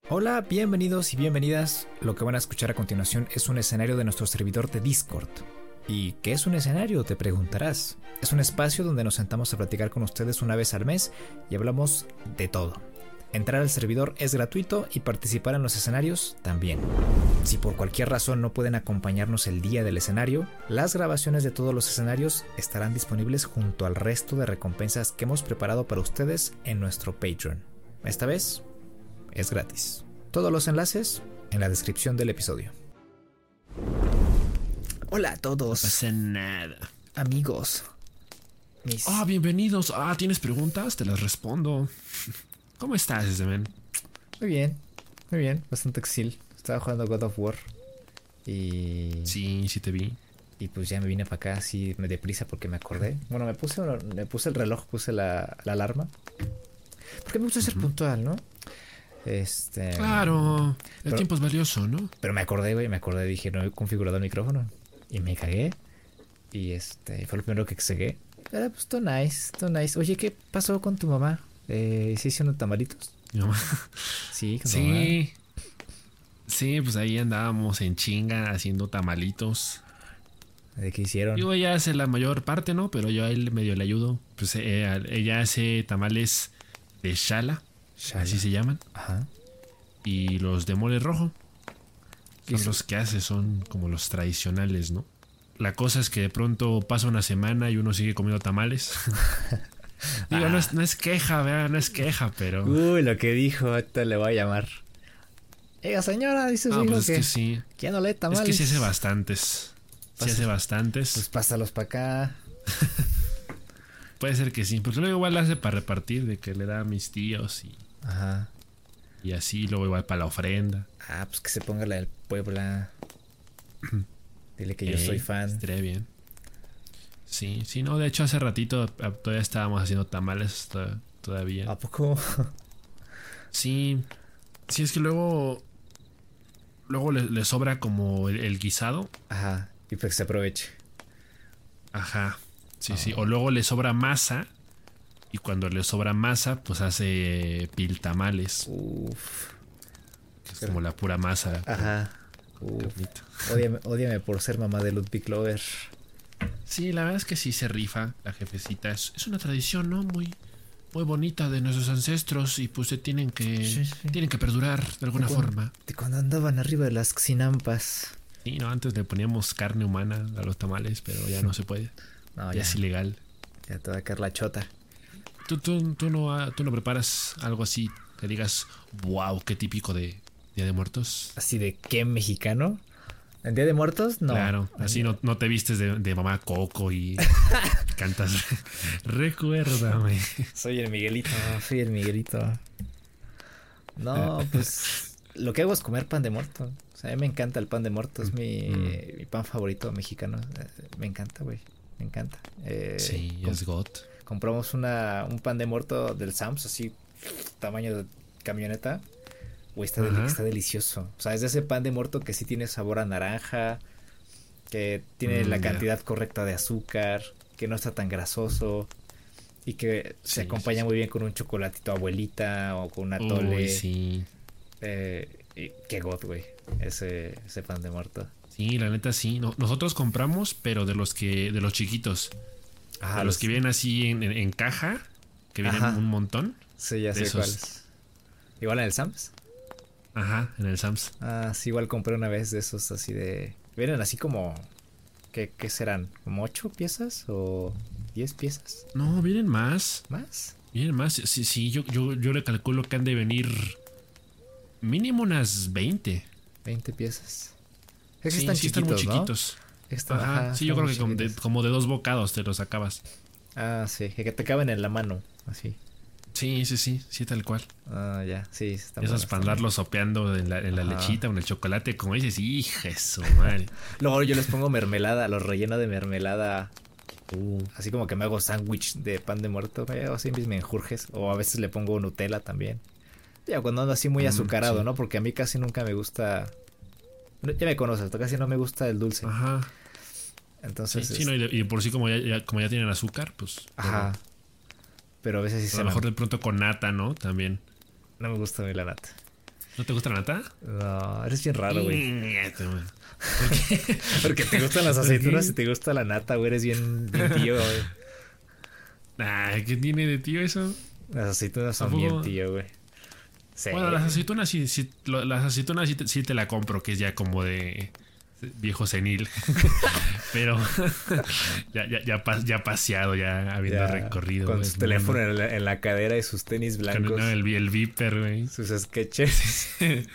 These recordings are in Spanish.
Hola, bienvenidos y bienvenidas. Lo que van a escuchar a continuación es un escenario de nuestro servidor de Discord. ¿Y qué es un escenario? Te preguntarás. Es un espacio donde nos sentamos a platicar con ustedes una vez al mes y hablamos de todo. Entrar al servidor es gratuito y participar en los escenarios también. Si por cualquier razón no pueden acompañarnos el día del escenario, las grabaciones de todos los escenarios estarán disponibles junto al resto de recompensas que hemos preparado para ustedes en nuestro Patreon. Esta vez es gratis. Todos los enlaces en la descripción del episodio. Hola a todos. No pasa nada. Amigos. Bienvenidos. ¿Tienes preguntas? Te las respondo. ¿Cómo estás, Zemen? Muy bien, muy bien. Bastante exil. Estaba jugando God of War. Y... Sí te vi. Y pues ya me vine para acá así deprisa porque me acordé. Bueno, me puse el reloj, puse la alarma. Porque me gusta ser puntual, ¿no? Claro, el tiempo es valioso, ¿no? Pero me acordé, dije, no he configurado el micrófono. Y me cagué. Y fue lo primero que cegué. Pero pues todo nice. Oye, ¿qué pasó con tu mamá? ¿Se hicieron tamalitos? Mi mamá. Sí, con tu mamá. Sí, pues ahí andábamos en chinga haciendo tamalitos. ¿De qué hicieron? Digo, ella hace la mayor parte, ¿no? Pero yo a él medio le ayudo. Pues ella hace tamales de shala. Así se llaman. Ajá. Y los de mole rojo. Son los que hace, son como los tradicionales, ¿no? La cosa es que de pronto pasa una semana y uno sigue comiendo tamales. Digo, no es queja, ¿verdad? No es queja, pero... Uy, lo que dijo, ahorita le voy a llamar. Oiga, señora, dice su hijo pues es que sí. Que ya no lee tamales. Es que sí hace bastantes. Pues pásalos para acá. Puede ser que sí, porque luego igual hace para repartir, de que le da a mis tíos y... Ajá. Y así, luego igual para la ofrenda. Pues que se ponga la del Puebla. Dile que yo soy fan. Estaría bien. Sí, no, de hecho hace ratito todavía estábamos haciendo tamales todavía. ¿A poco? Sí, es que luego le sobra como el guisado. Ajá, y pues que se aproveche. Ajá, sí, o luego le sobra masa. Y cuando le sobra masa, pues hace piltamales. Uf. Que es como la pura masa. Ajá. Ódiame por ser mamá de Ludwig Lover. Sí, la verdad es que sí se rifa la jefecita. Es una tradición, ¿no? Muy bonita de nuestros ancestros. Y pues tienen que perdurar de alguna forma. De cuando andaban arriba de las xinampas. Sí, no, antes le poníamos carne humana a los tamales, pero ya no se puede. No, ya es ilegal. Ya te va a caer la chota. ¿Tú no preparas algo así que digas, wow, qué típico de Día de Muertos? ¿Así de qué mexicano? ¿En Día de Muertos? No. Claro, así no te vistes de mamá Coco y cantas recuérdame. Soy el Miguelito. No, pues lo que hago es comer pan de muerto. O sea, a mí me encanta el pan de muerto. Es mi pan favorito mexicano. Me encanta, güey. Me encanta. Sí, es God. Compramos un pan de muerto del Sam's, así, tamaño de camioneta. Güey, está delicioso. O sea, es de ese pan de muerto que sí tiene sabor a naranja, que tiene la cantidad correcta de azúcar, que no está tan grasoso y que se acompaña muy bien con un chocolatito abuelita o con un atole. Uy, sí. Qué god, güey, ese pan de muerto. Sí, la neta sí. Nosotros compramos, pero de los chiquitos. De los que vienen así en caja, que vienen un montón. Sí, ya sé cuáles. ¿Igual en el Sam's? Ajá, en el Sam's. Sí, igual compré una vez de esos así de... Vienen así como... ¿Qué serán? ¿Como 8 piezas o 10 piezas? No, vienen más. ¿Más? Vienen más. Sí, yo le calculo que han de venir mínimo unas 20. 20 piezas. Es que están muy chiquitos. Ajá, sí, yo creo que como de 2 bocados te los acabas. Sí, que te caben en la mano, así. Sí, tal cual. Ya, sí, está bueno. Esos para andarlos sopeando en la lechita o en el chocolate, como dices, hija eso, madre. Luego yo les pongo mermelada, los relleno de mermelada. Así como que me hago sándwich de pan de muerto, me hago así mis menjurjes. O a veces le pongo Nutella también. Ya cuando ando así muy azucarado, sí. ¿No? Porque a mí casi nunca me gusta... Ya me conoces, casi no me gusta el dulce. Ajá. Entonces... Sí, no, y por sí como ya tienen azúcar, pues... Ajá. Pero a veces sí a lo mejor de pronto con nata, ¿no? También. No me gusta a mí la nata. ¿No te gusta la nata? No, eres bien raro, güey. ¿Por Porque te gustan las aceitunas y te gusta la nata, güey. Eres bien tío, güey. ¿Qué tiene de tío eso? Las aceitunas son bien tío, güey. Sí. Bueno, las aceitunas sí te la compro, que es ya como de viejo senil. Pero ya paseado, ya habiendo recorrido. Con su teléfono en la cadera y sus tenis blancos. El Viper, güey. Sus sketches.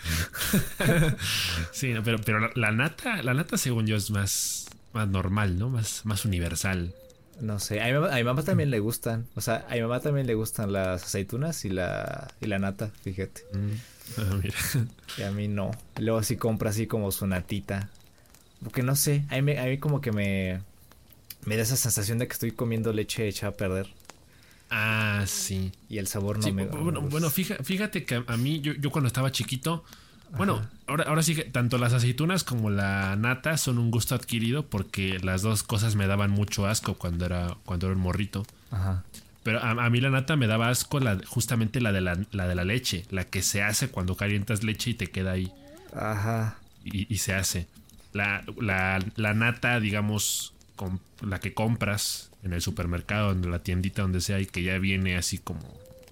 Sí, no, pero la nata según yo es más normal, ¿no? Más universal. No sé, a mi mamá también le gustan. O sea, a mi mamá también le gustan las aceitunas y la nata, fíjate. Mira. Y a mí no. Luego sí compra así como su natita. Porque no sé, a mí como que me da esa sensación de que estoy comiendo leche hecha a perder. Ah, sí. Y el sabor no sí, me... Bueno, fíjate que a mí, yo cuando estaba chiquito... Bueno, ahora sí que tanto las aceitunas como la nata son un gusto adquirido porque las dos cosas me daban mucho asco cuando era un morrito. Ajá. Pero a mí la nata me daba asco justamente la de la leche, la que se hace cuando calientas leche y te queda ahí. Ajá. Y se hace. La nata, digamos, la que compras en el supermercado, en la tiendita, donde sea, y que ya viene así como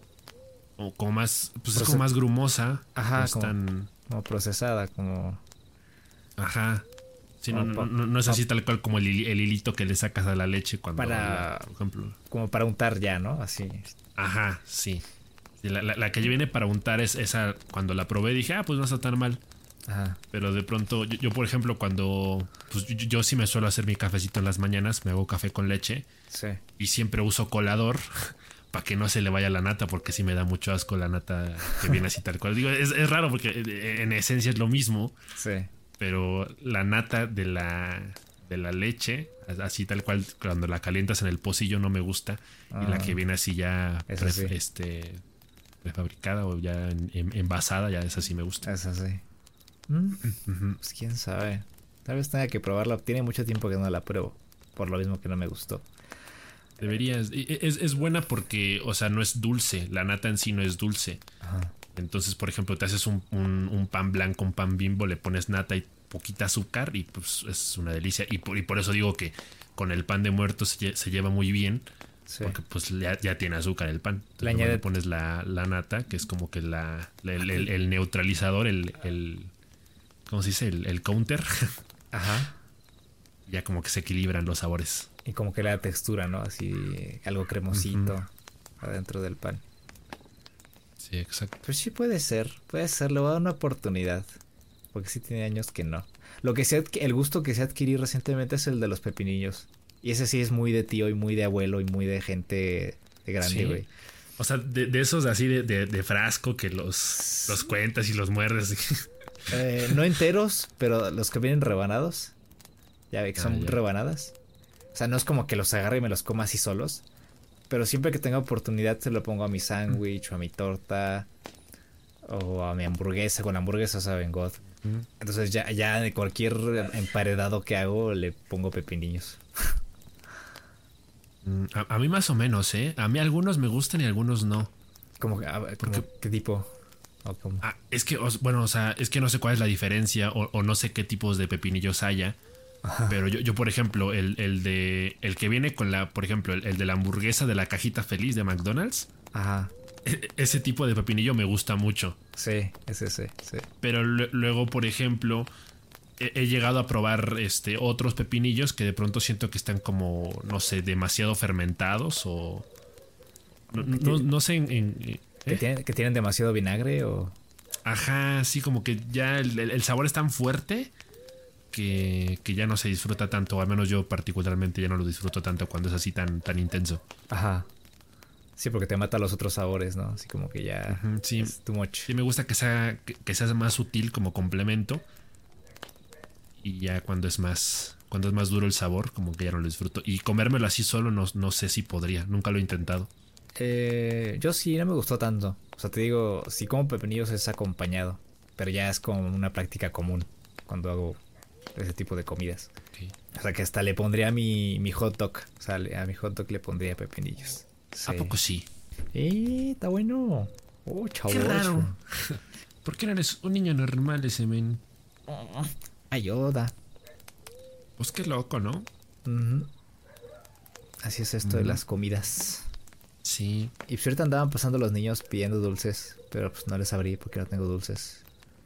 más, pues es como más grumosa. Ajá, como procesada, como... Ajá. Sí, no es así tal cual como el hilito que le sacas a la leche cuando... por ejemplo. Como para untar ya, ¿no? Así. Ajá, sí. La que viene para untar es esa. Cuando la probé dije, pues no está tan mal. Ajá. Pero de pronto, yo por ejemplo, cuando... Pues yo sí me suelo hacer mi cafecito en las mañanas. Me hago café con leche. Sí. Y siempre uso colador para que no se le vaya la nata, porque sí me da mucho asco la nata que viene así tal cual. Digo, es raro porque en esencia es lo mismo. Sí. Pero la nata de la leche, así tal cual, cuando la calientas en el pocillo no me gusta. Y la que viene así ya prefabricada o ya envasada, ya esa sí me gusta. Esa sí. Pues quién sabe. Tal vez tenga que probarla. Tiene mucho tiempo que no la pruebo. Por lo mismo que no me gustó. Deberías. Es buena porque, o sea, no es dulce. La nata en sí no es dulce. Ajá. Entonces, por ejemplo, te haces un pan blanco, un pan Bimbo, le pones nata y poquita azúcar y pues es una delicia. Y por eso digo que con el pan de muerto se lleva muy bien. Sí. Porque pues ya tiene azúcar el pan. Entonces, le pones la nata, que es como que el neutralizador, ¿cómo se dice? El counter. Ajá. Ya como que se equilibran los sabores. Y como que la textura, ¿no? Así algo cremosito adentro del pan. Sí, exacto. Pues sí puede ser, le voy a dar una oportunidad. Porque sí tiene años que no. El gusto que se adquirí recientemente es el de los pepinillos. Y ese sí es muy de tío y muy de abuelo y muy de gente de grande, güey. Sí. O sea, de esos así de frasco que los cuentas y los muerdes. No enteros, pero los que vienen rebanados. Ya ve que son rebanadas. O sea, no es como que los agarre y me los coma así solos. Pero siempre que tenga oportunidad se lo pongo a mi sándwich o a mi torta. O a mi hamburguesa. Con la hamburguesa saben God. Entonces ya de cualquier emparedado que hago le pongo pepinillos. A mí más o menos, ¿eh? A mí algunos me gustan y algunos no. ¿Qué tipo? Es que, bueno, o sea, es que no sé cuál es la diferencia o no sé qué tipos de pepinillos haya. Ajá. Pero yo por ejemplo, el que viene con por ejemplo, el de la hamburguesa de la cajita feliz de McDonald's. Ajá. Ese tipo de pepinillo me gusta mucho. Sí, ese sí. Pero luego, por ejemplo, he llegado a probar otros pepinillos que de pronto siento que están como, no sé, demasiado fermentados o... No sé ¿Que tienen demasiado vinagre o...? Ajá, sí, como que ya el sabor es tan fuerte que ya no se disfruta tanto. O al menos yo particularmente ya no lo disfruto tanto cuando es así tan intenso. Ajá. Sí, porque te mata los otros sabores, ¿no? Así como que ya sí, es too much. Sí, me gusta que sea más sutil como complemento. Y ya cuando es más duro el sabor, como que ya no lo disfruto. Y comérmelo así solo no sé si podría. Nunca lo he intentado. Yo sí, no me gustó tanto. O sea, te digo, si como pepinillos es acompañado. Pero ya es como una práctica común cuando hago ese tipo de comidas. Okay. O sea, que hasta le pondría a mi hot dog. O sea, a mi hot dog le pondría pepinillos. Sí. ¿A poco sí? Está bueno. Oh, chavo. Qué raro. ¿Por qué no eres un niño normal ese men? Ayuda. Pues qué loco, ¿no? Ujú. Así es esto de las comidas. Sí. Y pues ahorita andaban pasando los niños pidiendo dulces, pero pues no les abrí porque no tengo dulces.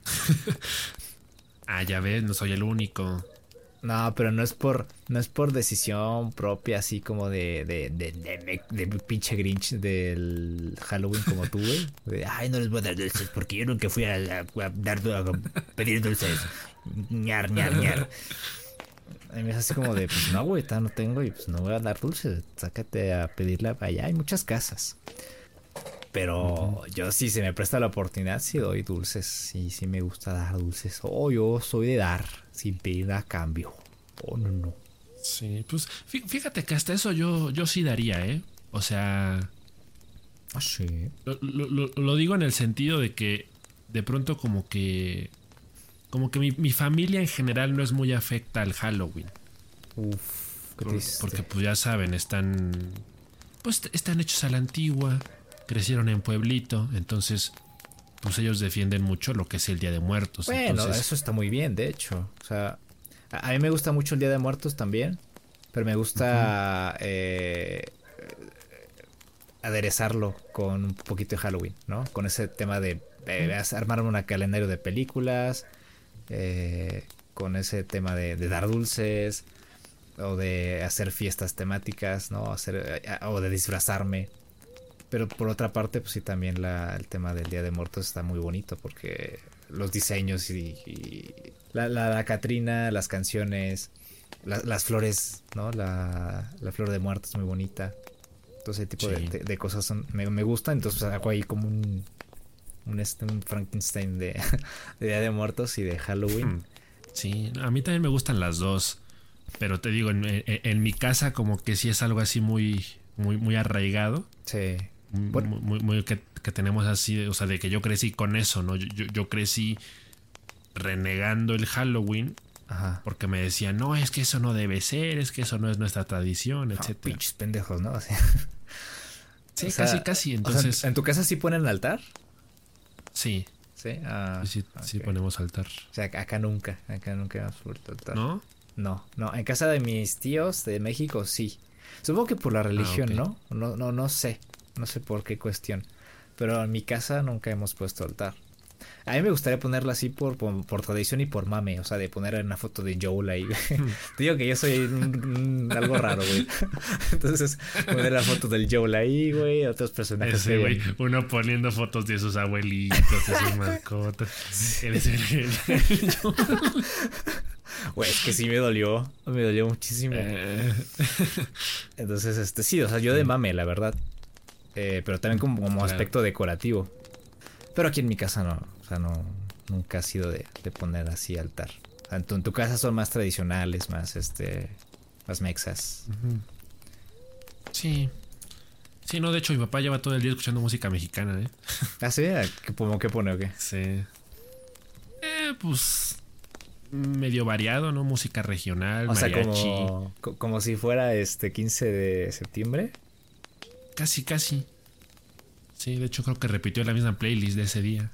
Ah, ya ves, no soy el único. No, pero no es por decisión propia, así como de pinche Grinch del Halloween como tú, güey. Ay, no les voy a dar dulces porque yo nunca fui a pedir dulces. Ñar, ñar, ñar. A mí me es así como de, pues no, güey, no tengo y pues no voy a dar dulces. Sácate a pedirla allá. Hay muchas casas. Pero yo sí, se me presta la oportunidad, sí doy dulces. Sí, sí me gusta dar dulces. Oh, yo soy de dar sin pedir a cambio. Oh, no, no. Sí, pues fíjate que hasta eso yo sí daría, ¿eh? O sea, Ah, sí. lo digo en el sentido de que de pronto como que mi familia en general no es muy afecta al Halloween. Uf, qué triste. Porque pues ya saben, están hechos a la antigua, crecieron en pueblito, entonces pues ellos defienden mucho lo que es el Día de Muertos. Bueno, Entonces, eso está muy bien, de hecho. O sea, a mí me gusta mucho el Día de Muertos también, pero me gusta aderezarlo con un poquito de Halloween, ¿no? Con ese tema de armar un calendario de películas, con ese tema de dar dulces o de hacer fiestas temáticas, ¿no? O de disfrazarme. Pero por otra parte, pues sí, también el tema del Día de Muertos está muy bonito porque los diseños y la Catrina, las canciones, las flores, ¿no? La flor de muerto es muy bonita. Todo ese tipo sí. de cosas me gustan. Entonces pues, hago ahí como un Frankenstein de Día de Muertos y de Halloween. Sí, a mí también me gustan las dos. Pero te digo, en mi casa como que sí es algo así muy, muy, muy arraigado. Sí. Muy que tenemos así, o sea, de que yo crecí con eso, ¿no? Yo crecí renegando el Halloween. Ajá. Porque me decían, no, es que eso no debe ser, es que eso no es nuestra tradición, etcétera. Pinches pendejos, ¿no? Sí, o sea, casi. Entonces, o sea, ¿en tu casa sí ponen altar? sí. Sí. Sí, Okay. ponemos altar. O sea, acá nunca hemos puesto altar. ¿No? No, en casa de mis tíos de México sí. Supongo que por la religión, okay. ¿no? No sé. No sé por qué cuestión. Pero en mi casa nunca hemos puesto altar. A mí me gustaría ponerla así por tradición y por mame. O sea, de poner una foto de Joel ahí. Te digo que yo soy algo raro, güey. Entonces, poner la foto del Joel ahí, güey. Otros personajes. Ese, güey. Uno poniendo fotos de sus abuelitos, de sus mascotas. Sí. Eres el Güey, es que sí me dolió muchísimo. Entonces, sí, o sea, yo de mame, la verdad. Pero también como aspecto decorativo. Pero aquí en mi casa no, o sea, nunca ha sido de poner así altar. O sea, en tu casa son más tradicionales, más más mexas. Sí. Sí, no, de hecho mi papá lleva todo el día escuchando música mexicana, ¿eh? ¿Ah, sí? ¿Qué pone o qué? Sí. Pues medio variado, ¿no? Música regional, o mariachi. sea, como si fuera 15 de septiembre. Casi. Sí, de hecho creo que repitió la misma playlist de ese día.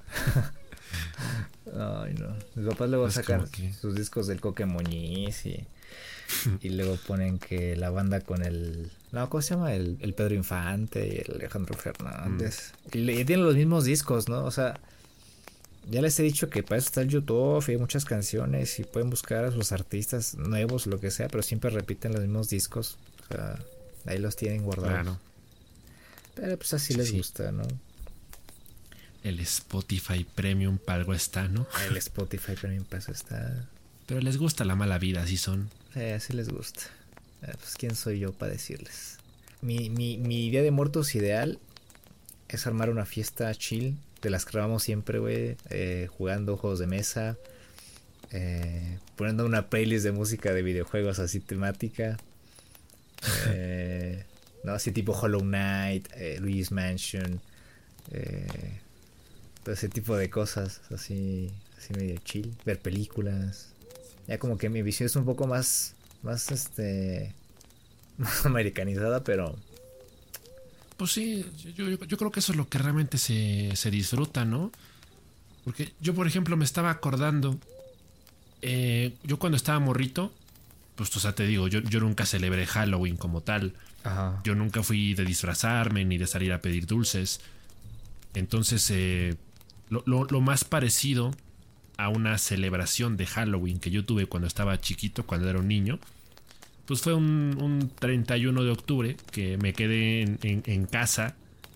Ay, no. Mis papás luego sacan sus discos del Coque Muñiz y luego ponen que la banda con ¿cómo se llama? El Pedro Infante y el Alejandro Fernández. Y tienen los mismos discos, ¿no? O sea, ya les he dicho que para eso está el YouTube y hay muchas canciones y pueden buscar a sus artistas nuevos, lo que sea, pero siempre repiten los mismos discos. O sea, ahí los tienen guardados. Claro. Pero pues así les gusta, ¿no? El Spotify Premium para algo está, ¿no? El Spotify Premium para eso está. Pero les gusta la mala vida, así son. Así les gusta. Pues quién soy yo para decirles. Mi Día de Muertos ideal es armar una fiesta chill, de las que grabamos siempre, güey, jugando juegos de mesa, poniendo una playlist de música de videojuegos así temática, no, así tipo Hollow Knight, Luigi's Mansion, todo ese tipo de cosas, así medio chill, ver películas. Ya como que mi visión es un poco más más americanizada, pero pues sí, yo creo que eso es lo que realmente se disfruta, ¿no? Porque yo, por ejemplo, me estaba acordando. Yo cuando estaba morrito, pues, o sea, te digo, yo nunca celebré Halloween como tal. Ajá. Yo nunca fui de disfrazarme ni de salir a pedir dulces. Entonces, lo más parecido a una celebración de Halloween que yo tuve cuando estaba chiquito, cuando era un niño, pues fue un 31 de octubre que me quedé en casa.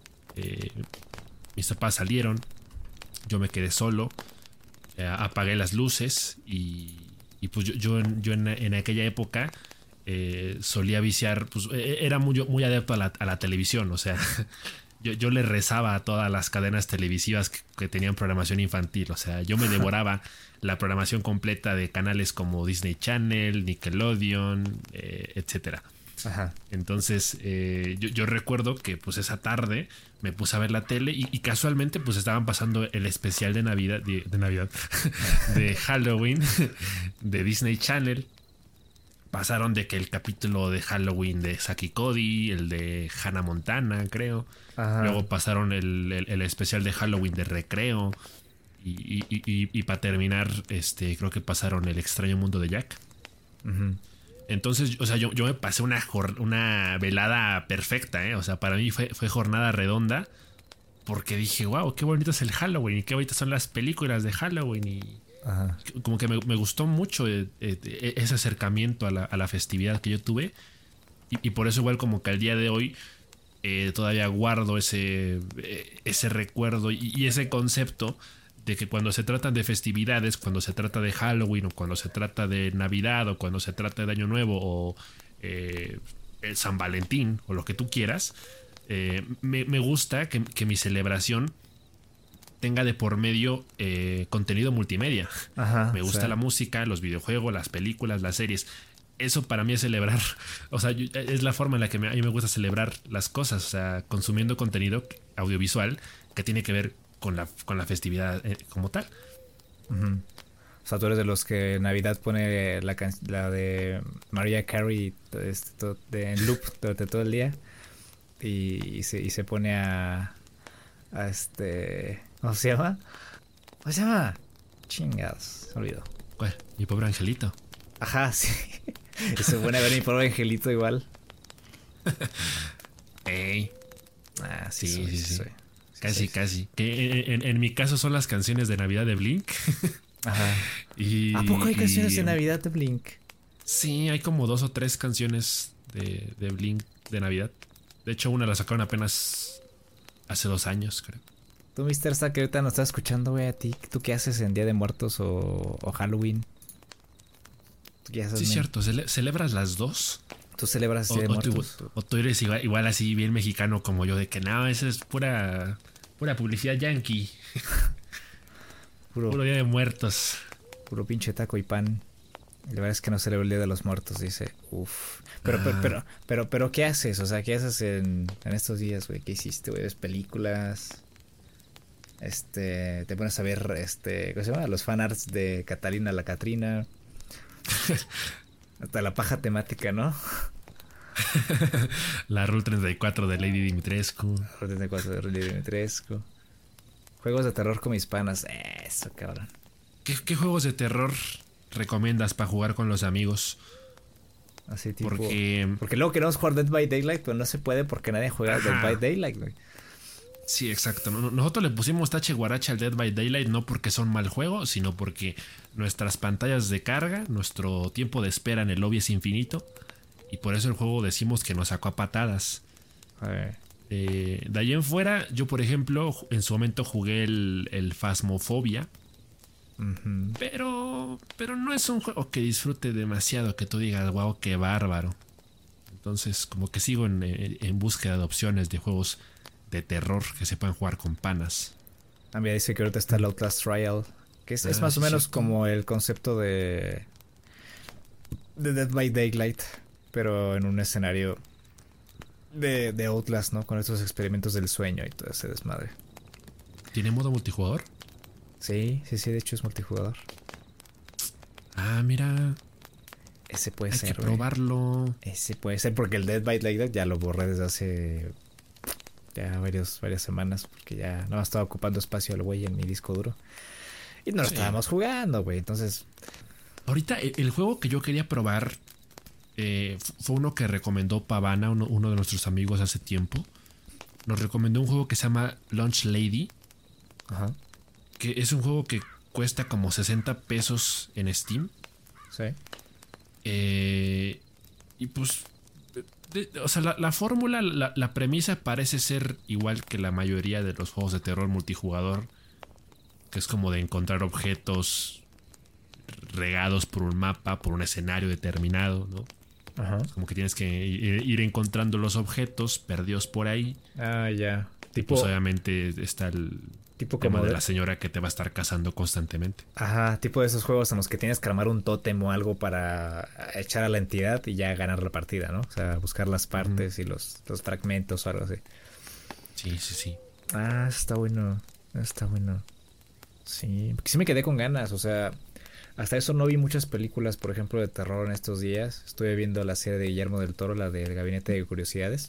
Mis papás salieron, yo me quedé solo, apagué las luces y pues yo en aquella época solía viciar, pues era muy adepto a la televisión, o sea, yo le rezaba a todas las cadenas televisivas que tenían programación infantil, o sea, yo me devoraba la programación completa de canales como Disney Channel, Nickelodeon, etcétera. Ajá. Entonces yo recuerdo que pues esa tarde me puse a ver la tele y casualmente pues estaban pasando el especial de Navidad, de Navidad, de Halloween de Disney Channel. Pasaron de que el capítulo de Halloween de Zack y Cody, el de Hannah Montana, creo. Ajá. Luego pasaron el especial de Halloween de Recreo. Y para terminar, creo que pasaron El extraño mundo de Jack. Uh-huh. Entonces, o sea, yo me pasé una velada perfecta, ¿eh? O sea, para mí fue jornada redonda. Porque dije, wow, qué bonito es el Halloween y qué bonitas son las películas de Halloween. Y Ajá. como que me gustó mucho ese acercamiento a la festividad que yo tuve. Y por eso igual como que al día de hoy todavía guardo ese recuerdo y ese concepto de que cuando se tratan de festividades, cuando se trata de Halloween o cuando se trata de Navidad o cuando se trata de Año Nuevo o San Valentín o lo que tú quieras, me gusta que mi celebración tenga de por medio contenido multimedia. Ajá, Me gusta la música, los videojuegos, las películas, las series. Eso para mí es celebrar. O sea, es la forma en la que a mí me gusta celebrar las cosas. O sea, consumiendo contenido audiovisual que tiene que ver con la festividad como tal. Uh-huh. O sea, tú eres de los que en Navidad pone la de Mariah Carey en loop durante todo el día y se pone a ¿cómo se llama? ¿Cómo se llama? Chingados, me olvidó. ¿Cuál? Mi pobre angelito. Ajá, sí. Y se pone a ver mi pobre angelito igual. Ey. Ah, sí. Soy. Casi. Que en mi caso son las canciones de Navidad de Blink. Ajá. ¿A poco hay canciones de Navidad de Blink? Sí, hay como 2 o 3 canciones de Blink de Navidad. De hecho, una la sacaron apenas hace 2 años, creo. Tú, Mr. Zack, que ahorita nos estás escuchando, güey, a ti. ¿Tú qué haces en Día de Muertos o Halloween? ¿Tú qué haces, sí, cierto. ¿Celebras las dos? ¿Tú celebras Día de Muertos? O tú eres igual así bien mexicano como yo, de que no, esa es pura publicidad yankee. Puro Día de Muertos. Puro pinche taco y pan. La verdad es que no celebro el Día de los Muertos, dice. Uf. Pero ¿qué haces? O sea, ¿qué haces en estos días, güey? ¿Qué hiciste, güey? ¿Ves películas? Te pones a ver, ¿cómo se llama? Los fanarts de Catalina la Catrina. Hasta la paja temática, ¿no? La Rule 34 de Lady Dimitrescu. La Rule 34 de Lady Dimitrescu. Juegos de terror con mis panas. Eso, cabrón. ¿Qué juegos de terror recomiendas para jugar con los amigos? Así tipo. Porque luego queremos jugar Dead by Daylight, pero no se puede porque nadie juega Dead by Daylight, güey. Sí, exacto. Nosotros le pusimos tache guaracha al Dead by Daylight no porque son mal juego, sino porque nuestras pantallas de carga, nuestro tiempo de espera en el lobby es infinito. Y por eso el juego decimos que nos sacó a patadas. De ahí en fuera, yo por ejemplo, en su momento jugué el Phasmophobia. Uh-huh. Pero no es un juego que disfrute demasiado, que tú digas, wow, qué bárbaro. Entonces, como que sigo en búsqueda de opciones de juegos de terror que se puedan jugar con panas. Mira, dice que ahorita está el Outlast Trial, que es más o menos como el concepto de Dead by Daylight, pero en un escenario de Outlast, ¿no? Con estos experimentos del sueño y todo ese desmadre. ¿Tiene modo multijugador? Sí, de hecho es multijugador. Ah, mira. Ese puede Hay ser, que probarlo. Ese puede ser porque el Dead by Daylight ya lo borré desde hace Ya varias semanas, porque ya no estaba ocupando espacio el güey en mi disco duro. Y no lo estábamos jugando, güey. Entonces. Ahorita el juego que yo quería probar fue uno que recomendó Pavana, uno de nuestros amigos hace tiempo. Nos recomendó un juego que se llama Launch Lady. Ajá. Que es un juego que cuesta como 60 pesos en Steam. Sí. Y pues. O sea, la fórmula, la premisa parece ser igual que la mayoría de los juegos de terror multijugador. Que es como de encontrar objetos regados por un mapa, por un escenario determinado, ¿no? Ajá. Es como que tienes que ir encontrando los objetos perdidos por ahí. Ah, ya. Tipo, pues obviamente está el tipo tema como de la señora que te va a estar cazando constantemente. Ajá, tipo de esos juegos en los que tienes que armar un tótem o algo para echar a la entidad y ya ganar la partida, ¿no? O sea, buscar las partes y los fragmentos o algo así. Sí. Ah, está bueno. Está bueno. Sí, porque sí me quedé con ganas, o sea, hasta eso no vi muchas películas, por ejemplo, de terror en estos días. Estuve viendo la serie de Guillermo del Toro, la del Gabinete de Curiosidades.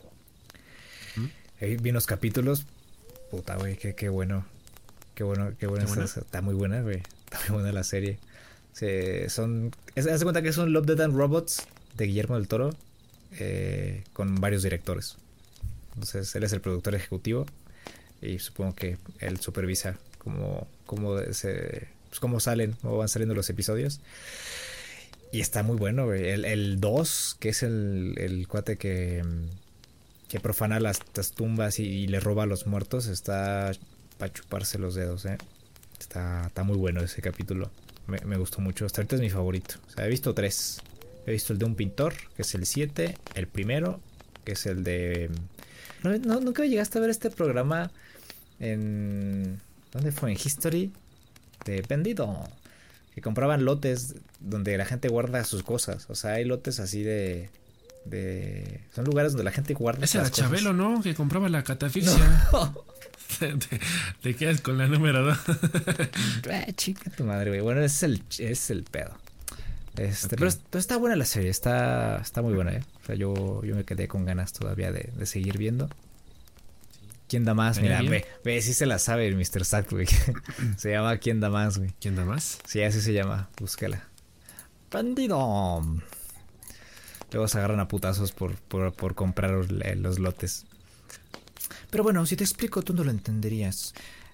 Vi unos capítulos. Puta, güey, qué bueno. Qué bueno. Está muy buena, güey. Está muy buena la serie. Haz de cuenta que es un Love, Death and Robots de Guillermo del Toro con varios directores. Entonces, él es el productor ejecutivo y supongo que él supervisa cómo van saliendo los episodios. Y está muy bueno, güey. El 2, que es el cuate que profana las tumbas y le roba a los muertos, está para chuparse los dedos, Está muy bueno ese capítulo. Me gustó mucho. Hasta ahorita es mi favorito. O sea, he visto 3. He visto el de un pintor, que es el 7. El primero, que es el de... No, nunca llegaste a ver este programa en... ¿Dónde fue? En History. De Vendido. Que compraban lotes donde la gente guarda sus cosas. O sea, hay lotes así de... Son lugares donde la gente guarda ese era cosas. Chabelo, ¿no? Que compraba la catafixia. No. Te quedas con la número 2. Chica tu madre, güey. Bueno, ese es el pedo. Okay. Pero está buena la serie. Está muy buena, O sea, yo me quedé con ganas todavía de seguir viendo. ¿Quién da más? Mira, ve, sí se la sabe el Mr. Sack, güey. Se llama ¿Quién da más, güey? ¿Quién da más? Sí, así se llama. Búscala. Bandido. Luego se agarran a putazos por comprar los lotes. Pero bueno, si te explico, tú no lo entenderías.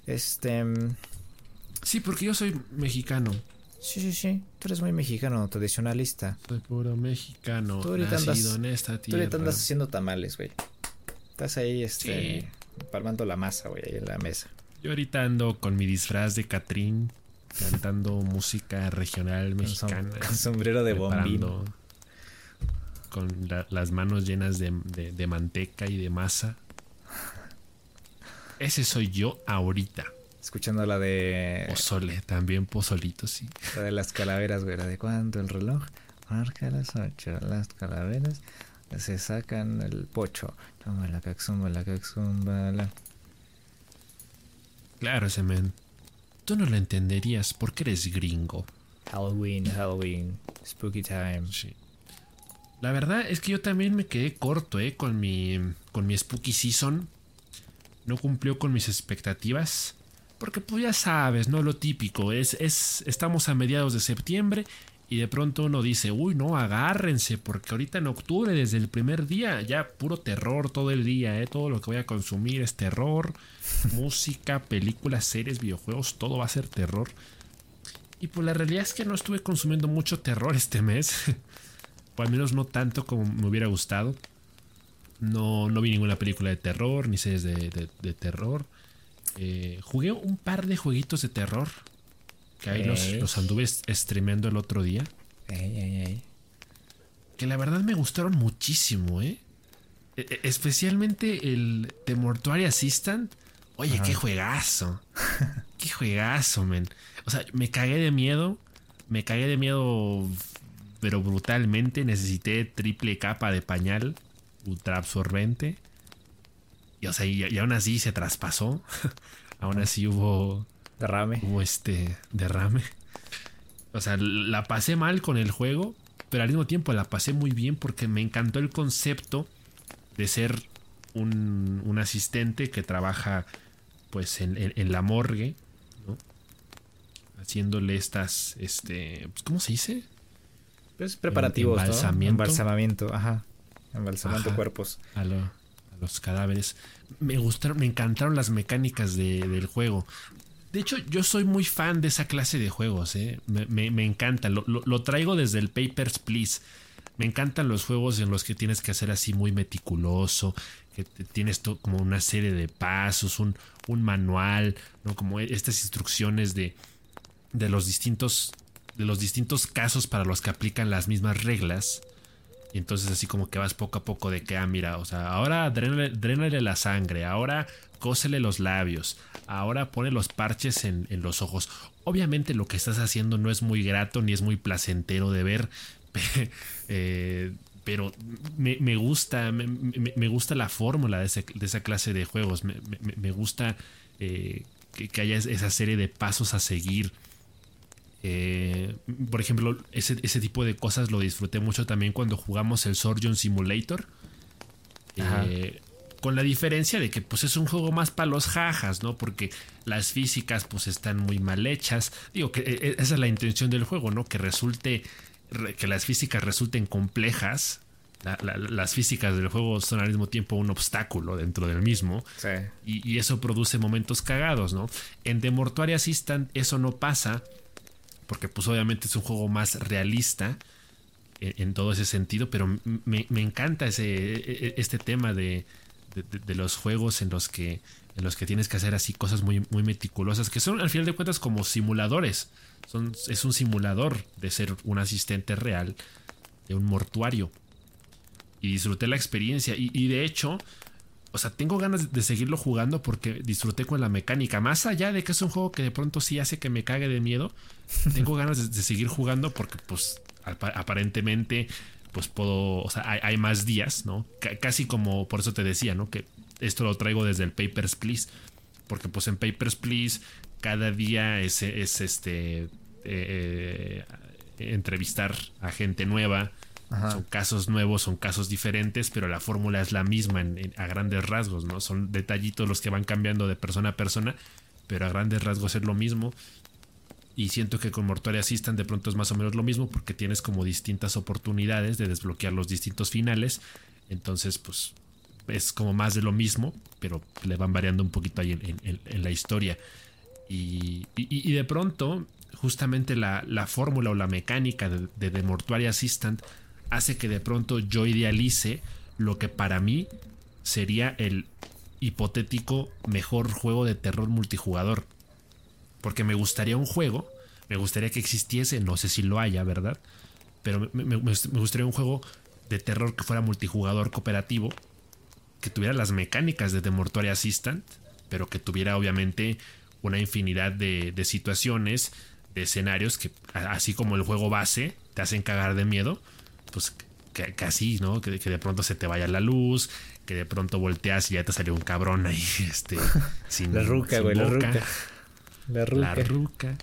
Sí, porque yo soy mexicano. Sí. Tú eres muy mexicano, tradicionalista. Soy puro mexicano. Tú ahorita nacido en esta tierra. Tú ahorita andas haciendo tamales, güey. Estás ahí, sí, palmando la masa, güey, ahí en la mesa. Yo ahorita ando con mi disfraz de Catrín, cantando música regional mexicana. Con sombrero de bombín. Con las manos llenas de manteca y de masa. Ese soy yo ahorita. Escuchando la de... Pozole, también pozolito, sí. La de las calaveras, güey. La de cuánto el reloj marca las 8. Las calaveras se sacan el pocho. Toma la caxumba. Claro, ese men. Tú no lo entenderías porque eres gringo. Halloween. Spooky time. Sí. La verdad es que yo también me quedé corto, con mi Spooky Season. No cumplió con mis expectativas. Porque pues ya sabes, ¿no? Lo típico. Estamos a mediados de septiembre y de pronto uno dice, uy, no, agárrense, porque ahorita en octubre, desde el primer día, ya puro terror todo el día, Todo lo que voy a consumir es terror. Música, películas, series, videojuegos, todo va a ser terror. Y pues la realidad es que no estuve consumiendo mucho terror este mes. O al menos no tanto como me hubiera gustado. No vi ninguna película de terror, ni series de terror. Jugué un par de jueguitos de terror. Que ahí los anduve streameando el otro día. Que la verdad me gustaron muchísimo, Especialmente el The Mortuary Assistant. Oye, qué juegazo. Qué juegazo, men. O sea, me cagué de miedo. Pero brutalmente. Necesité triple capa de pañal ultra absorbente. Y, o sea, y aún así se traspasó. Aún así hubo derrame. Derrame. O sea, la pasé mal con el juego, pero al mismo tiempo la pasé muy bien porque me encantó el concepto de ser un asistente que trabaja pues en la morgue, ¿no? Haciéndole estas, pues, ¿cómo se dice? Pues preparativos, embalsamiento. ¿no? Embalsamiento, ajá. Embalsamando Ajá, cuerpos. a los cadáveres. Me encantaron las mecánicas del juego. De hecho, yo soy muy fan de esa clase de juegos, ¿eh? Me encanta. Lo traigo desde el Papers, Please. Me encantan los juegos en los que tienes que hacer así muy meticuloso, que tienes como una serie de pasos, un manual, ¿no? Como estas instrucciones de los distintos casos para los que aplican las mismas reglas. Y entonces así como que vas poco a poco de que, mira, o sea, ahora drénale la sangre, ahora cósele los labios, ahora pone los parches en los ojos. Obviamente lo que estás haciendo no es muy grato ni es muy placentero de ver, pero me gusta la fórmula de esa clase de juegos. Me gusta que haya esa serie de pasos a seguir. Por ejemplo, ese tipo de cosas lo disfruté mucho también cuando jugamos el Surgeon Simulator. Con la diferencia de que pues es un juego más para los jajas, ¿no? Porque las físicas pues están muy mal hechas. Digo que esa es la intención del juego, ¿no? Que las físicas resulten complejas. Las físicas del juego son al mismo tiempo un obstáculo dentro del mismo. Sí. Y eso produce momentos cagados, ¿no? En The Mortuary Assistant eso no pasa, porque pues obviamente es un juego más realista en todo ese sentido, pero me encanta este tema de los juegos en los que tienes que hacer así cosas muy, muy meticulosas, que son al final de cuentas como simuladores. Es un simulador de ser un asistente real de un mortuario. Y disfruté la experiencia. Y de hecho, o sea, tengo ganas de seguirlo jugando porque disfruté con la mecánica. Más allá de que es un juego que de pronto sí hace que me cague de miedo, tengo ganas de seguir jugando porque pues aparentemente pues puedo, o sea, hay más días, ¿no? Casi como, por eso te decía, ¿no? Que esto lo traigo desde el Papers, Please. Porque pues en Papers, Please cada día es entrevistar a gente nueva. Ajá. Son casos nuevos, son casos diferentes, pero la fórmula es la misma a grandes rasgos, ¿no? Son detallitos los que van cambiando de persona a persona, pero a grandes rasgos es lo mismo. Y siento que con Mortuary Assistant de pronto es más o menos lo mismo, porque tienes como distintas oportunidades de desbloquear los distintos finales. Entonces, pues es como más de lo mismo, pero le van variando un poquito ahí en la historia. Y de pronto, justamente la fórmula o la mecánica de Mortuary Assistant hace que de pronto yo idealice lo que para mí sería el hipotético mejor juego de terror multijugador. Porque me gustaría que existiese, no sé si lo haya, ¿verdad? Pero me gustaría un juego de terror que fuera multijugador cooperativo, que tuviera las mecánicas de The Mortuary Assistant, pero que tuviera obviamente una infinidad de situaciones, de escenarios que, así como el juego base, te hacen cagar de miedo, pues que así, ¿no? Que de pronto se te vaya la luz, que de pronto volteas y ya te salió un cabrón ahí, sin la ruca, güey, la ruca. La ruca.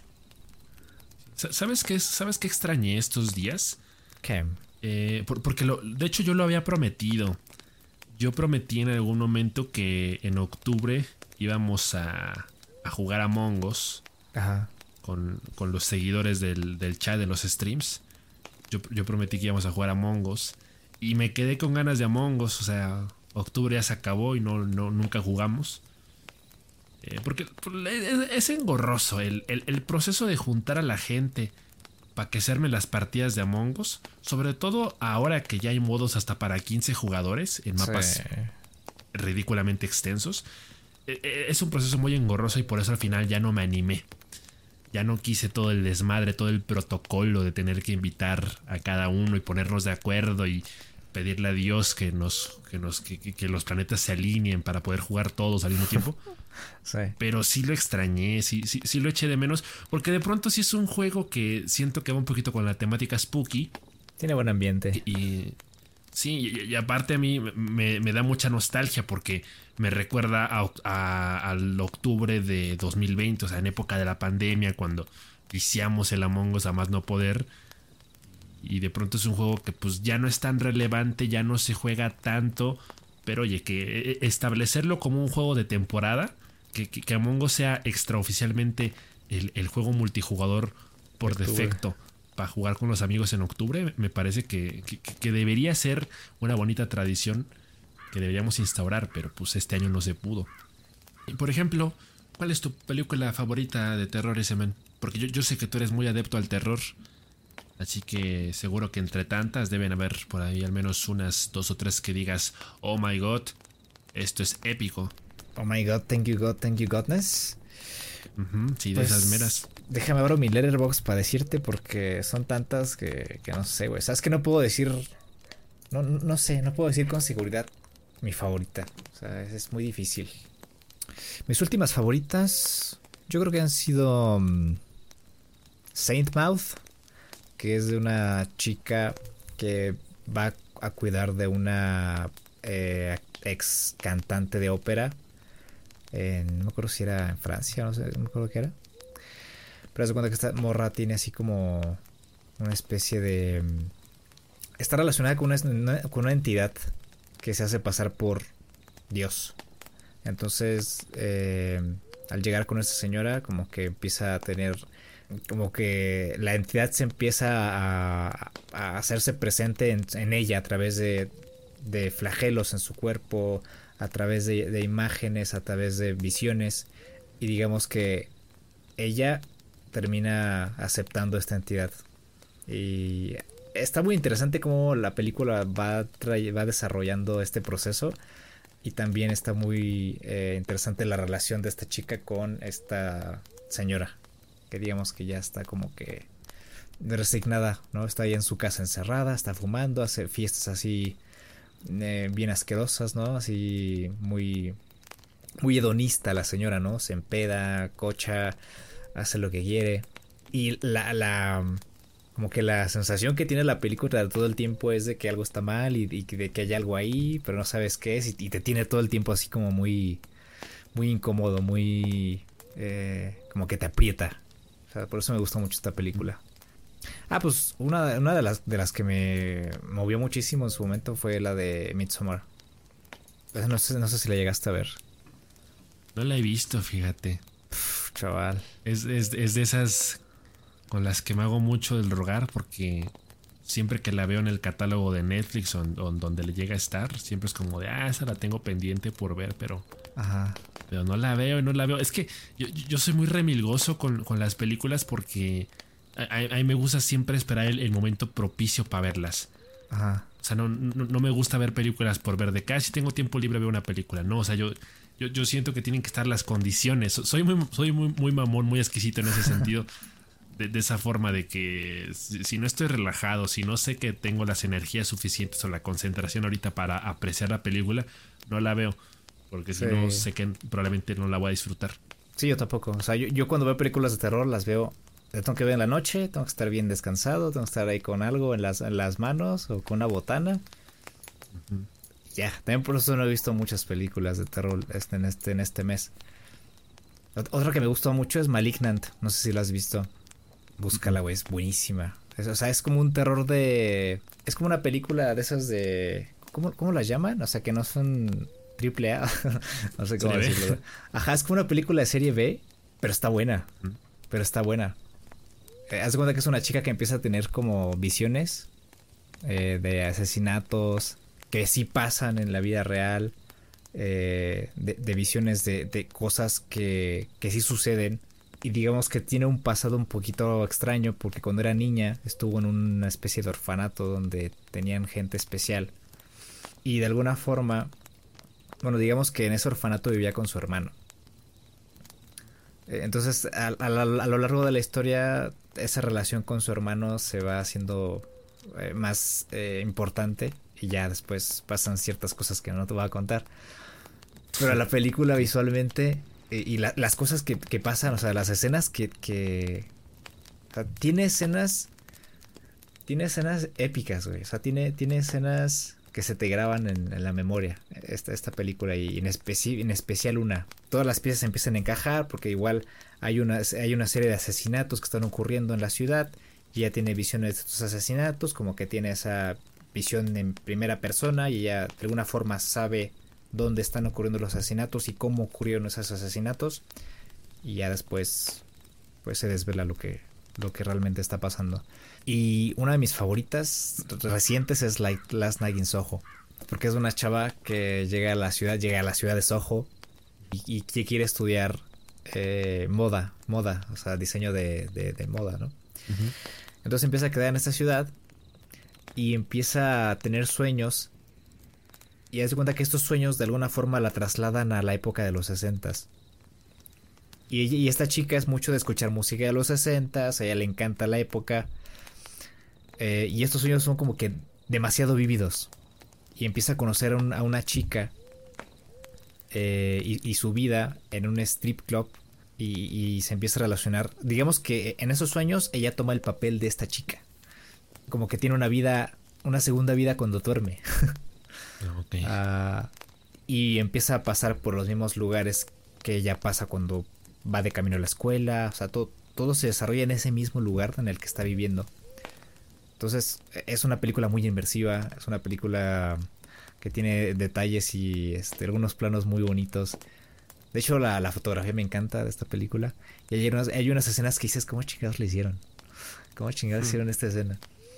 ¿Sabes qué extrañé estos días? ¿Qué? Porque de hecho yo lo había prometido. Yo prometí en algún momento que en octubre íbamos a jugar Among Us. Ajá. Con los seguidores del chat de los streams. Yo prometí que íbamos a jugar Among Us. Y me quedé con ganas de Among Us. O sea, octubre ya se acabó y nunca jugamos. Porque es engorroso el proceso de juntar a la gente para que se armen las partidas de Among Us. Sobre todo ahora que ya hay modos hasta para 15 jugadores en mapas ridículamente extensos. Es un proceso muy engorroso y por eso al final ya no me animé. Ya no quise todo el desmadre, todo el protocolo de tener que invitar a cada uno y ponernos de acuerdo y pedirle a Dios que los planetas se alineen para poder jugar todos al mismo tiempo. Sí. Pero sí lo extrañé, sí lo eché de menos, porque de pronto sí es un juego que siento que va un poquito con la temática spooky. Tiene buen ambiente. Y aparte a mí me da mucha nostalgia porque me recuerda al octubre de 2020, o sea, en época de la pandemia, cuando viciamos el Among Us a más no poder. Y de pronto es un juego que pues ya no es tan relevante, ya no se juega tanto, Pero oye, que establecerlo como un juego de temporada, que Among Us sea extraoficialmente el juego multijugador por defecto para jugar con los amigos en octubre, me parece que debería ser una bonita tradición que deberíamos instaurar, pero pues este año no se pudo. Y por ejemplo, ¿cuál es tu película favorita de terror, ese man? Porque yo sé que tú eres muy adepto al terror, así que seguro que entre tantas deben haber por ahí al menos unas 2 o 3 que digas, oh my god, esto es épico. Oh my god, thank you godness. Sí, pues, de esas meras. Déjame abrir mi Letterboxd para decirte, porque son tantas que no sé, güey. Sabes que no puedo decir, no sé, no puedo decir con seguridad mi favorita. O sea, es muy difícil. Mis últimas favoritas, yo creo que han sido Saint Mouth, que es de una chica que va a cuidar de una ex cantante de ópera. No me acuerdo si era en Francia, no sé, no me acuerdo qué era. Pero se cuenta que esta morra tiene así como una especie de... Está relacionada con una entidad que se hace pasar por Dios. Entonces, al llegar con esta señora, como que empieza a tener... Como que la entidad se empieza a hacerse presente en ella a través de flagelos en su cuerpo, a través de imágenes, a través de visiones, y digamos que ella termina aceptando esta entidad. Y está muy interesante cómo la película va desarrollando este proceso, y también está muy interesante la relación de esta chica con esta señora, que digamos que ya está como que resignada, ¿no? Está ahí en su casa encerrada, está fumando, hace fiestas así bien asquerosas, ¿no? Así muy hedonista la señora, ¿no? Se empeda, cocha, hace lo que quiere. Y como que la sensación que tiene la película todo el tiempo es de que algo está mal y de que hay algo ahí, pero no sabes qué es, y te tiene todo el tiempo así como muy incómodo, muy como que te aprieta. O sea, por eso me gustó mucho esta película. Pues una de las que me movió muchísimo en su momento fue la de Midsommar. No sé si la llegaste a ver. No la he visto, fíjate. Chaval. Es de esas con las que me hago mucho del rogar, porque siempre que la veo en el catálogo de Netflix o donde le llega a estar, siempre es como de, esa la tengo pendiente por ver, pero... Ajá. Pero no la veo. Es que yo soy muy remilgoso con las películas, porque a mí me gusta siempre esperar el momento propicio para verlas. Ajá. O sea, no me gusta ver películas por ver de casi tengo tiempo libre, veo una película. No, o sea, yo siento que tienen que estar las condiciones. Soy muy mamón, muy exquisito en ese sentido. De esa forma de que si no estoy relajado, si no sé que tengo las energías suficientes o la concentración ahorita para apreciar la película, no la veo. Porque si no, sé que probablemente no la voy a disfrutar. Sí, yo tampoco. O sea, yo cuando veo películas de terror las veo... Tengo que ver en la noche, tengo que estar bien descansado, tengo que estar ahí con algo en las manos o con una botana. Uh-huh. Ya, también por eso no he visto muchas películas de terror en este mes. Otra que me gustó mucho es Malignant, no sé si la has visto. Búscala, güey, es buenísima. O sea, es como un terror de... Es como una película de esas de... ¿Cómo las llaman? O sea, que no son triple A. No sé cómo decirlo. Ajá, es como una película de serie B, pero está buena. Pero está buena. Haz de cuenta que es una chica que empieza a tener como visiones de asesinatos que sí pasan en la vida real, de visiones de cosas que sí suceden, y digamos que tiene un pasado un poquito extraño, porque cuando era niña estuvo en una especie de orfanato donde tenían gente especial, y de alguna forma, bueno, digamos que en ese orfanato vivía con su hermano. Entonces a lo largo de la historia esa relación con su hermano se va haciendo más importante, y ya después pasan ciertas cosas que no te voy a contar. Pero la película visualmente y las cosas que pasan, o sea, las escenas que o sea, tiene escenas épicas, güey. O sea, tiene escenas que se te graban en la memoria, esta película, y en especial una. Todas las piezas empiezan a encajar, porque igual hay una serie de asesinatos que están ocurriendo en la ciudad, y ella tiene visiones de estos asesinatos, como que tiene esa visión en primera persona, y ella de alguna forma sabe dónde están ocurriendo los asesinatos y cómo ocurrieron esos asesinatos. Y ya después pues se desvela lo que realmente está pasando. Y una de mis favoritas recientes es Last Night in Soho, porque es una chava que llega a la ciudad de Soho y que quiere estudiar moda, o sea, diseño de moda, ¿no? Uh-huh. Entonces empieza a quedar en esta ciudad y empieza a tener sueños, y haz de cuenta que estos sueños de alguna forma la trasladan a la época de los 60s. Y esta chica es mucho de escuchar música de los 60s, a ella le encanta la época, y estos sueños son como que demasiado vívidos. Y empieza a conocer a una chica y su vida en un strip club, y se empieza a relacionar. Digamos que en esos sueños ella toma el papel de esta chica, como que tiene una segunda vida cuando duerme. Okay. Y empieza a pasar por los mismos lugares que ella pasa cuando va de camino a la escuela. O sea, todo se desarrolla en ese mismo lugar en el que está viviendo. Entonces es una película muy inmersiva, es una película que tiene detalles y algunos planos muy bonitos. De hecho, la fotografía me encanta de esta película. Y hay unas escenas que dices, ¿cómo chingados le hicieron? ¿Cómo chingados hicieron esta escena?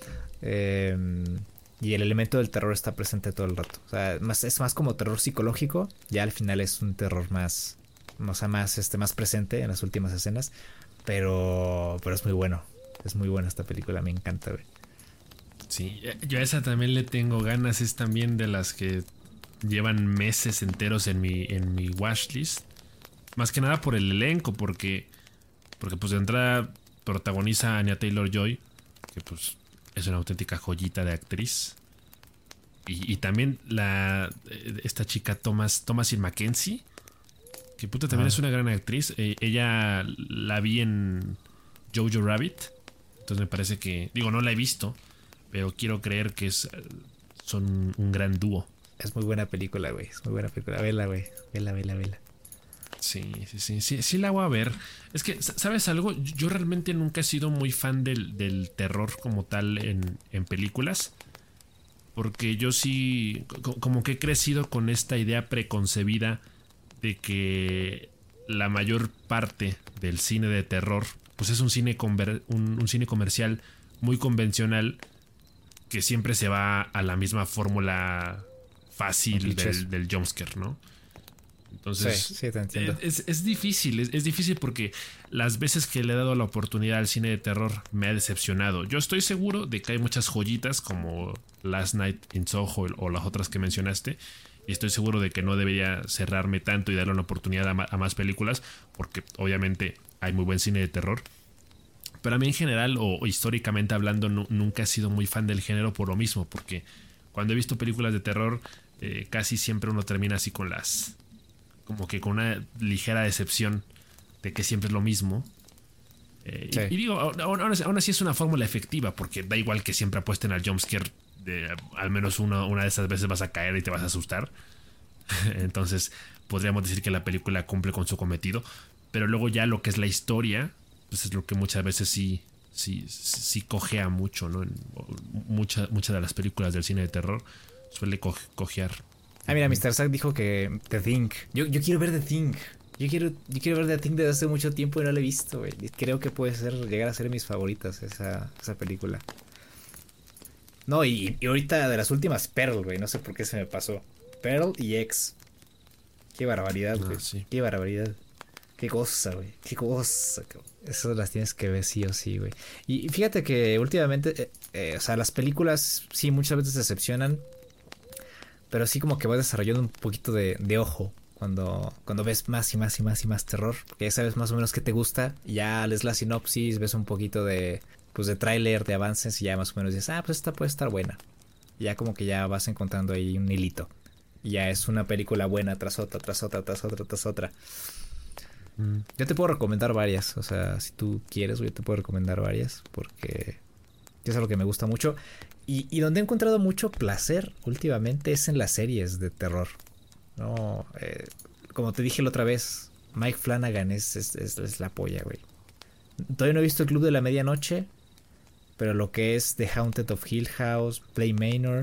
Y el elemento del terror está presente todo el rato. O sea, es más como terror psicológico. Ya al final es un terror más, o sea, más presente en las últimas escenas. Pero es muy bueno. Es muy buena esta película, me encanta, güey. Sí, yo a esa también le tengo ganas. Es también de las que llevan meses enteros en mi watchlist. Más que nada por el elenco, porque pues de entrada protagoniza a Anya Taylor-Joy, que pues es una auténtica joyita de actriz. Y también esta chica Thomasin McKenzie, que puta también es una gran actriz. Ella la vi en Jojo Rabbit. Entonces me parece que, digo, no la he visto, pero quiero creer que son un gran dúo. Es muy buena película, güey. Es muy buena película. Vela, güey. Vela. Sí, la voy a ver. Es que, ¿sabes algo? Yo realmente nunca he sido muy fan del terror como tal en películas. Porque yo sí, como que he crecido con esta idea preconcebida de que la mayor parte del cine de terror pues es un cine comercial muy convencional, que siempre se va a la misma fórmula fácil del jumpscare, ¿no? Entonces, sí, te entiendo. Es difícil porque las veces que le he dado la oportunidad al cine de terror me ha decepcionado. Yo estoy seguro de que hay muchas joyitas como Last Night in Soho o las otras que mencionaste, y estoy seguro de que no debería cerrarme tanto y darle una oportunidad a más películas, porque obviamente hay muy buen cine de terror. Pero a mí en general o históricamente hablando nunca he sido muy fan del género por lo mismo, porque cuando he visto películas de terror casi siempre uno termina así como que con una ligera decepción de que siempre es lo mismo. Sí. Y digo, aún así es una fórmula efectiva, porque da igual que siempre apuesten al jumpscare, al menos una de esas veces vas a caer y te vas a asustar. Entonces podríamos decir que la película cumple con su cometido, pero luego ya lo que es la historia, pues es lo que muchas veces sí cojea mucho, ¿no? Muchas de las películas del cine de terror suele cojear. Mira, Mr. Zack dijo que The Thing. Yo quiero ver The Thing. Yo quiero ver The Thing desde hace mucho tiempo y no la he visto, güey. Creo que puede llegar a ser mis favoritas esa película. No, y ahorita de las últimas, Pearl, güey. No sé por qué se me pasó. Pearl y X. Qué barbaridad, güey. Sí. Qué barbaridad. Qué cosa, güey. Qué cosa. Esas las tienes que ver sí o sí, güey. Y fíjate que últimamente, o sea, las películas sí muchas veces decepcionan, pero sí como que vas desarrollando un poquito de ojo cuando ves más y más terror, porque ya sabes más o menos qué te gusta, y ya lees la sinopsis, ves un poquito de tráiler, de avances, y ya más o menos dices, pues esta puede estar buena. Y ya como que ya vas encontrando ahí un hilito. Y ya es una película buena tras otra. Yo te puedo recomendar varias, o sea, si tú quieres, yo te puedo recomendar varias, porque es algo que me gusta mucho. Y donde he encontrado mucho placer últimamente es en las series de terror. No, como te dije la otra vez, Mike Flanagan es la polla, güey. Todavía no he visto El Club de la Medianoche, pero lo que es The Haunted of Hill House, Bly Manor,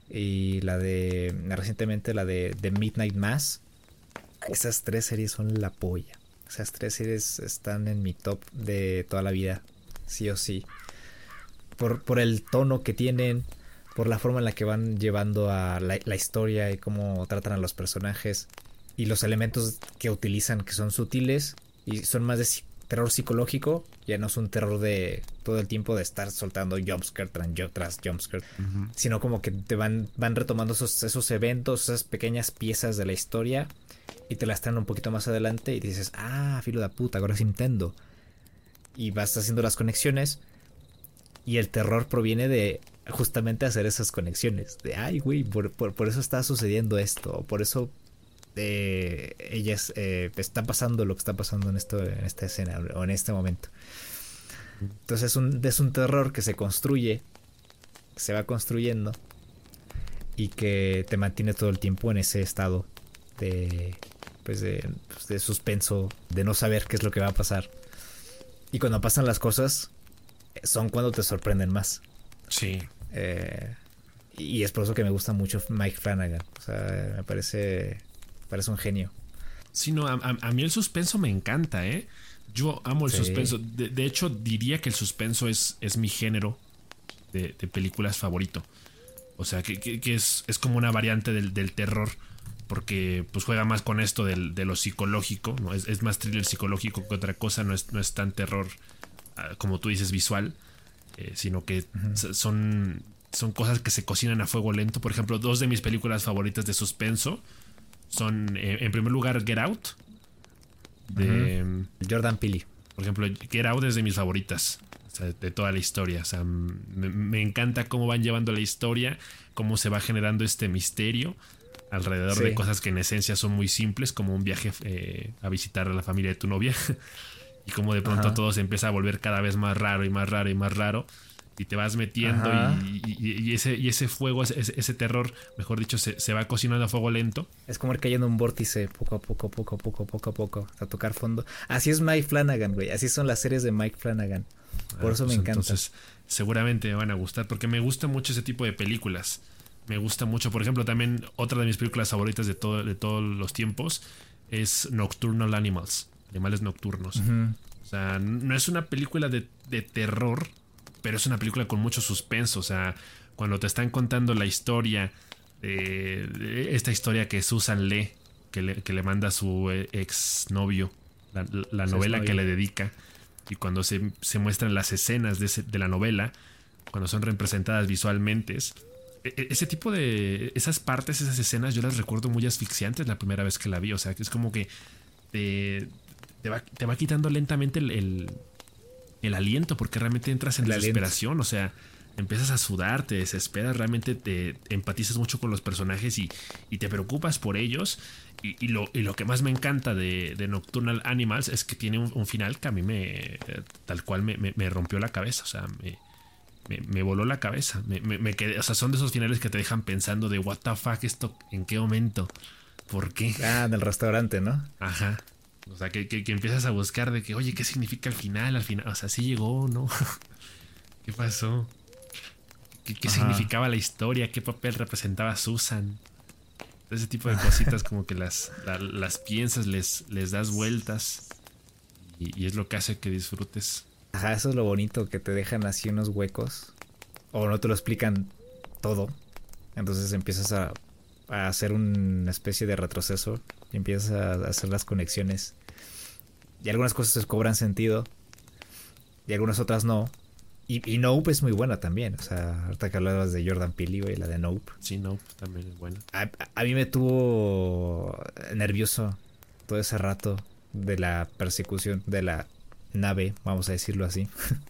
y recientemente la de The Midnight Mass. Esas 3 series son la polla. Esas 3 series están en mi top de toda la vida, sí o sí. Por el tono que tienen, por la forma en la que van llevando a la historia y cómo tratan a los personajes y los elementos que utilizan, que son sutiles y son más de terror psicológico. Ya no es un terror de todo el tiempo de estar soltando jumpscare tras jumpscare, sino como que te van retomando esos eventos, esas pequeñas piezas de la historia y te las traen un poquito más adelante y dices, filo de puta, ahora sí entiendo. Y vas haciendo las conexiones y el terror proviene de justamente hacer esas conexiones. De, ay, güey, por eso está sucediendo esto, o por eso ellas está pasando lo que está pasando en esta escena o en este momento. Entonces es un terror que se construye, que se va construyendo y que te mantiene todo el tiempo en ese estado de suspenso, de no saber qué es lo que va a pasar. Y cuando pasan las cosas son cuando te sorprenden más. Sí. Y es por eso que me gusta mucho Mike Flanagan. O sea, me parece un genio. Sí, no, a mí el suspenso me encanta, ¿eh? Yo amo el suspenso. De hecho, diría que el suspenso es mi género de películas favorito. O sea, que es como una variante del terror. Porque pues juega más con esto de lo psicológico, ¿no? Es más thriller psicológico que otra cosa. No es tan terror, como tú dices, visual. Sino que son cosas que se cocinan a fuego lento. Por ejemplo, 2 de mis películas favoritas de suspenso son, en primer lugar, Get Out. De Jordan Peele. Por ejemplo, Get Out es de mis favoritas, o sea, de toda la historia. O sea, me encanta cómo van llevando la historia, cómo se va generando este misterio alrededor de cosas que en esencia son muy simples, como un viaje a visitar a la familia de tu novia. Y cómo de pronto todo se empieza a volver cada vez más raro y más raro y más raro. Y te vas metiendo y ese fuego, ese terror, mejor dicho, se va cocinando a fuego lento. Es como ir cayendo en un vórtice poco a poco, hasta tocar fondo. Así es Mike Flanagan, güey. Así son las series de Mike Flanagan. Por eso me encanta. Entonces, seguramente me van a gustar, porque me gusta mucho ese tipo de películas. Me gusta mucho. Por ejemplo, también otra de mis películas favoritas de todos los tiempos es Nocturnal Animals, Animales Nocturnos. O sea, no es una película de terror, pero es una película con mucho suspenso. O sea, cuando te están contando la historia, esta historia que Susan lee, que le manda a su ex novio, la novela que le dedica, y cuando se muestran las escenas de la novela, cuando son representadas visualmente, ese tipo de esas partes, esas escenas, yo las recuerdo muy asfixiantes la primera vez que la vi. O sea, que es como que te va quitando lentamente el aliento, porque realmente entras en desesperación. O sea, empiezas a sudar, te desesperas, realmente te empatizas mucho con los personajes y te preocupas por ellos. Y lo que más me encanta de Nocturnal Animals es que tiene un final que a mí tal cual me rompió la cabeza. O sea, me voló la cabeza. Me quedé, o sea, son de esos finales que te dejan pensando de what the fuck, esto, ¿en qué momento? ¿Por qué? Del restaurante, ¿no? Ajá. O sea, que empiezas a buscar de que, oye, ¿qué significa el final? Al final, o sea, ¿sí llegó, no? ¿Qué pasó? ¿Qué significaba la historia? ¿Qué papel representaba Susan? Ese tipo de cositas como que las piensas, les das vueltas y es lo que hace que disfrutes. Ajá, eso es lo bonito, que te dejan así unos huecos o no te lo explican todo. Entonces empiezas a hacer una especie de retroceso y empiezas a hacer las conexiones. Y algunas cosas cobran sentido y algunas otras no. Y Nope es muy buena también. O sea, ahorita que hablabas de Jordan Peele, güey, la de Nope. Sí, Nope también es buena. A mí me tuvo nervioso todo ese rato de la persecución de la nave, vamos a decirlo así.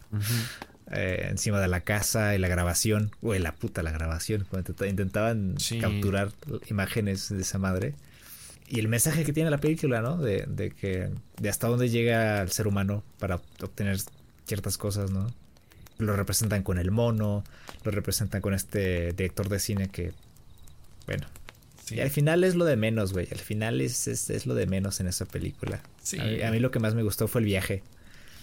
Encima de la casa y la grabación. Güey, la grabación. Cuando intentaban capturar imágenes de esa madre. Y el mensaje que tiene la película, ¿no? De hasta dónde llega el ser humano para obtener ciertas cosas, ¿no? Lo representan con el mono, lo representan con este director de cine que, bueno. Sí. Y al final es lo de menos, güey. Al final es lo de menos en esa película. Sí. A mí lo que más me gustó fue el viaje.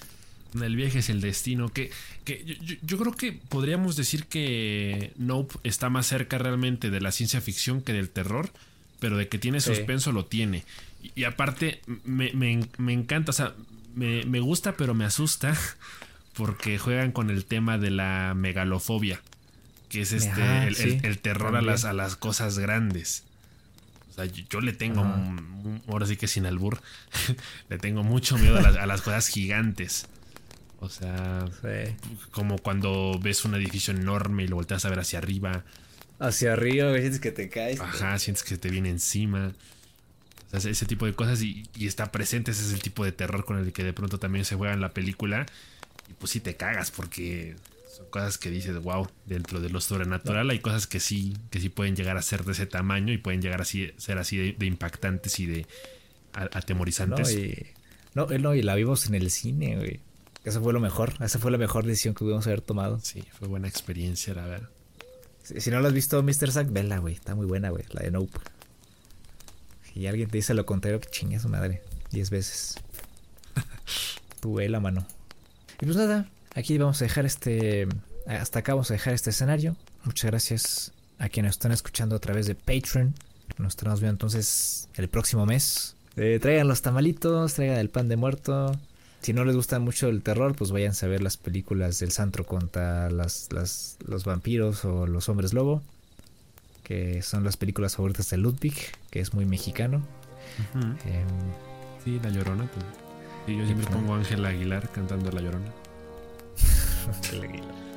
El viaje es el destino. Yo creo que podríamos decir que Nope está más cerca realmente de la ciencia ficción que del terror, pero de que tiene suspenso lo tiene. Y aparte me encanta, o sea, me gusta pero me asusta porque juegan con el tema de la megalofobia, que es el terror a las cosas grandes. O sea, yo le tengo, ahora sí que sin albur, le tengo mucho miedo a las cosas gigantes. O sea, como cuando ves un edificio enorme y lo volteas a ver hacia arriba. Hacia arriba, sientes que te caes. Ajá, sientes que te viene encima. O sea, ese tipo de cosas y está presente. Ese es el tipo de terror con el que de pronto también se juega en la película. Y pues sí te cagas porque son cosas que dices, wow, dentro de lo sobrenatural hay cosas que sí pueden llegar a ser de ese tamaño y pueden llegar a ser así de impactantes y de atemorizantes. No, y la vimos en el cine, güey. Eso fue lo mejor. Esa fue la mejor decisión que pudimos haber tomado. Sí, fue buena experiencia, la verdad. Si no lo has visto, Mr. Zack, vela, güey. Está muy buena, güey. La de Nope. Si alguien te dice lo contrario, que chingue a su madre. 10 veces. Tu vela, mano. Y pues nada, aquí vamos a dejar hasta acá vamos a dejar este escenario. Muchas gracias a quienes están escuchando a través de Patreon. Nos estaremos viendo entonces el próximo mes. Traigan los tamalitos, traigan el pan de muerto. Si no les gusta mucho el terror, pues váyanse a ver las películas del Santo contra los vampiros o los hombres lobo, que son las películas favoritas de Ludwig, que es muy mexicano. Uh-huh. Sí, La Llorona. Pues. Sí, yo siempre pongo a Ángela Aguilar cantando La Llorona. Ángela Aguilar.